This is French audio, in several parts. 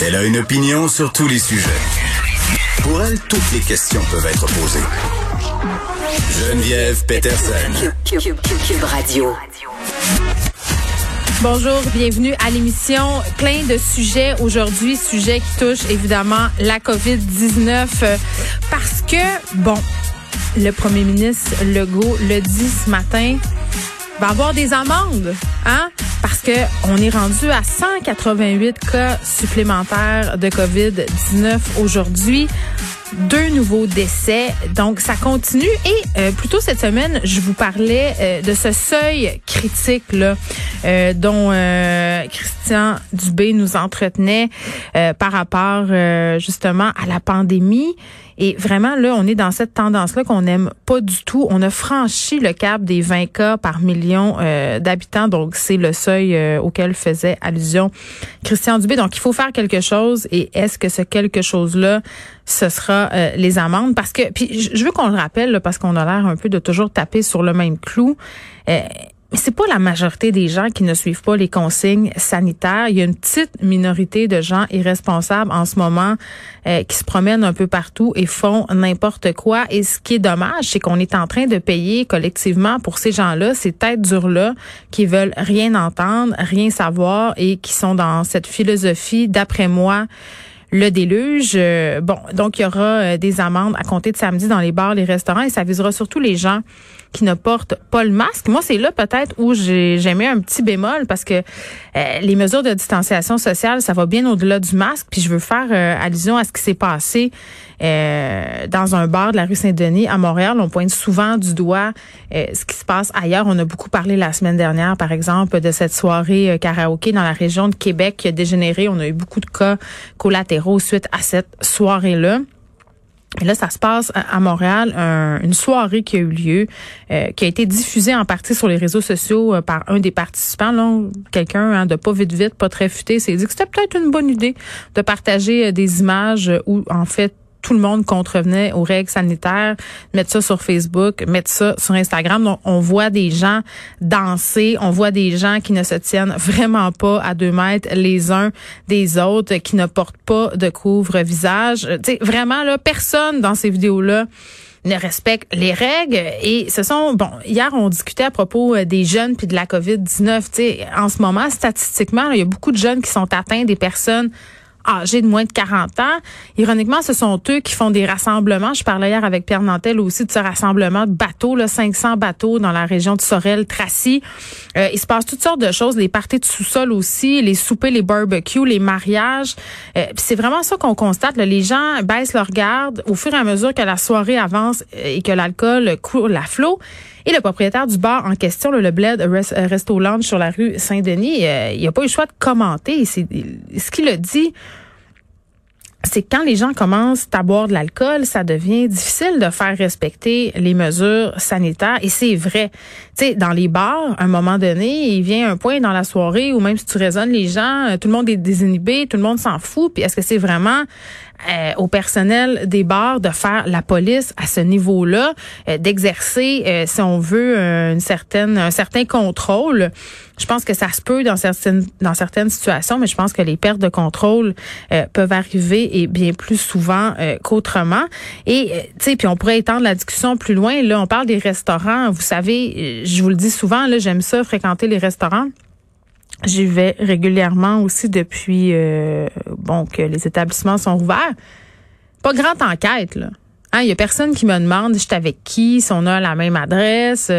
Elle a une opinion sur tous les sujets. Pour elle, toutes les questions peuvent être posées. Geneviève Peterson. Cube Radio. Bonjour, bienvenue à l'émission. Plein de sujets aujourd'hui, sujets qui touchent évidemment la COVID-19 parce que, bon, le premier ministre Legault le dit ce matin, va avoir des amendes, hein? Parce que on est rendu à 188 cas supplémentaires de COVID-19 aujourd'hui. 2 nouveaux décès. Donc, ça continue. Et plus tôt cette semaine, je vous parlais de ce seuil critique-là dont Christian Dubé nous entretenait par rapport justement à la pandémie. Et vraiment, là, on est dans cette tendance-là qu'on n'aime pas du tout. On a franchi le cap des 20 cas par million d'habitants. Donc, c'est le seuil auquel faisait allusion Christian Dubé. Donc, il faut faire quelque chose. Et est-ce que ce quelque chose-là, ce sera les amendes? Parce que, puis je veux qu'on le rappelle, là, parce qu'on a l'air un peu de toujours taper sur le même clou. Mais c'est pas la majorité des gens qui ne suivent pas les consignes sanitaires. Il y a une petite minorité de gens irresponsables en ce moment qui se promènent un peu partout et font n'importe quoi. Et ce qui est dommage, c'est qu'on est en train de payer collectivement pour ces gens-là, ces têtes dures-là qui veulent rien entendre, rien savoir et qui sont dans cette philosophie, d'après moi, le déluge. Bon, donc il y aura des amendes à compter de samedi dans les bars, les restaurants et ça visera surtout les gens qui ne portent pas le masque. Moi, c'est là peut-être où j'ai mis un petit bémol parce que les mesures de distanciation sociale, ça va bien au-delà du masque. Puis je veux faire allusion à ce qui s'est passé dans un bar de la rue Saint-Denis à Montréal. On pointe souvent du doigt ce qui se passe ailleurs. On a beaucoup parlé la semaine dernière, par exemple, de cette soirée karaoké dans la région de Québec qui a dégénéré. On a eu beaucoup de cas collatéraux suite à cette soirée-là. Et là, ça se passe à Montréal, une soirée qui a eu lieu, qui a été diffusée en partie sur les réseaux sociaux par un des participants. Là, quelqu'un de pas vite, pas très futé, s'est dit que c'était peut-être une bonne idée de partager des images où, en fait, tout le monde contrevenait aux règles sanitaires, mettre ça sur Facebook, mettre ça sur Instagram. Donc, on voit des gens danser, on voit des gens qui ne se tiennent vraiment pas à 2 mètres les uns des autres, qui ne portent pas de couvre-visage. Tu sais, vraiment, là, personne dans ces vidéos-là ne respecte les règles. Et ce sont, bon, hier, on discutait à propos des jeunes puis de la COVID-19. Tu sais, en ce moment, statistiquement, là, il y a beaucoup de jeunes qui sont atteints, des personnes âgés de moins de 40 ans. Ironiquement, ce sont eux qui font des rassemblements. Je parlais hier avec Pierre Nantel aussi de ce rassemblement de bateaux, là, 500 bateaux dans la région de Sorel-Tracy. Il se passe toutes sortes de choses, les parties de sous-sol aussi, les soupers, les barbecues, les mariages. C'est vraiment ça qu'on constate. Là. Les gens baissent leur garde au fur et à mesure que la soirée avance et que l'alcool coule à flot. Et le propriétaire du bar en question, le Bled Resto Lounge sur la rue Saint-Denis, il n'a pas eu le choix de commenter. Ce qu'il a dit, c'est que quand les gens commencent à boire de l'alcool, ça devient difficile de faire respecter les mesures sanitaires. Et c'est vrai. Tu sais, dans les bars, à un moment donné, il vient un point dans la soirée où même si tu raisonnes les gens, tout le monde est désinhibé, tout le monde s'en fout. Puis est-ce que c'est vraiment au personnel des bars de faire la police à ce niveau-là, d'exercer, si on veut, un certain contrôle? Je pense que ça se peut dans certaines situations, mais je pense que les pertes de contrôle peuvent arriver et bien plus souvent qu'autrement. Et tu sais, puis on pourrait étendre la discussion plus loin. Là, on parle des restaurants. Vous savez, je vous le dis souvent, là, j'aime ça fréquenter les restaurants. J'y vais régulièrement aussi depuis que les établissements sont ouverts. Pas grande enquête, là. Hein, il y a personne qui me demande j'étais avec qui, si on a la même adresse,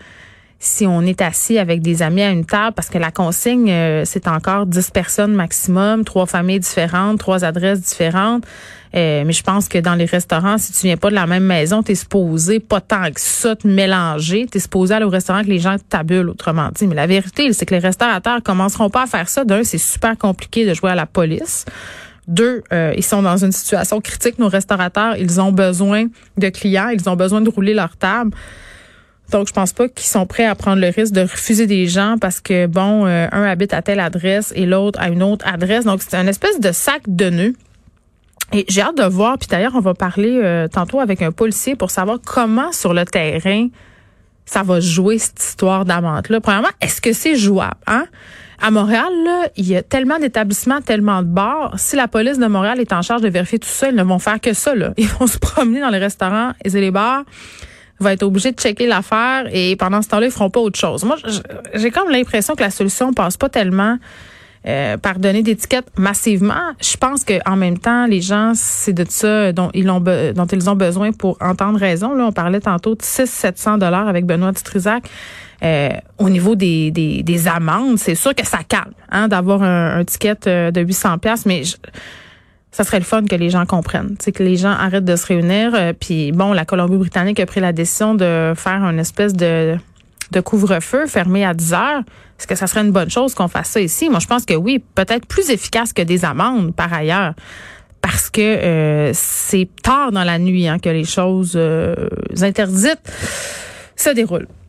si on est assis avec des amis à une table, parce que la consigne, c'est encore 10 personnes maximum, 3 familles différentes, 3 adresses différentes. Mais je pense que dans les restaurants, si tu viens pas de la même maison, t'es supposé pas tant que ça te mélanger. T'es supposé aller au restaurant que les gens tabulent, autrement dit. Mais la vérité, c'est que les restaurateurs commenceront pas à faire ça. D'un, c'est super compliqué de jouer à la police. 2, ils sont dans une situation critique, nos restaurateurs. Ils ont besoin de clients. Ils ont besoin de rouler leur table. Donc, je pense pas qu'ils sont prêts à prendre le risque de refuser des gens parce que, un habite à telle adresse et l'autre à une autre adresse. Donc, c'est une espèce de sac de nœuds. Et j'ai hâte de voir, puis d'ailleurs, on va parler tantôt avec un policier pour savoir comment, sur le terrain, ça va jouer cette histoire d'amende-là? Premièrement, est-ce que c'est jouable, hein? À Montréal, là, il y a tellement d'établissements, tellement de bars. Si la police de Montréal est en charge de vérifier tout ça, ils ne vont faire que ça, là. Ils vont se promener dans les restaurants et les bars. Ils vont être obligés de checker l'affaire et pendant ce temps-là, ils feront pas autre chose. Moi, j'ai comme l'impression que la solution passe pas tellement par donner des tickets massivement. Je pense que en même temps, les gens, c'est de ça dont ils ont besoin pour entendre raison. Là, on parlait tantôt de 600-700 $ avec Benoît Dutrisac. Au niveau des amendes, c'est sûr que ça calme, hein, d'avoir un ticket de 800$, mais ça serait le fun que les gens comprennent, c'est que les gens arrêtent de se réunir. Puis bon, la Colombie-Britannique a pris la décision de faire une espèce de couvre-feu fermé à 10 heures. Est-ce que ça serait une bonne chose qu'on fasse ça ici? Moi, je pense que oui, peut-être plus efficace que des amendes par ailleurs, parce que c'est tard dans la nuit, hein, que les choses interdites se déroulent.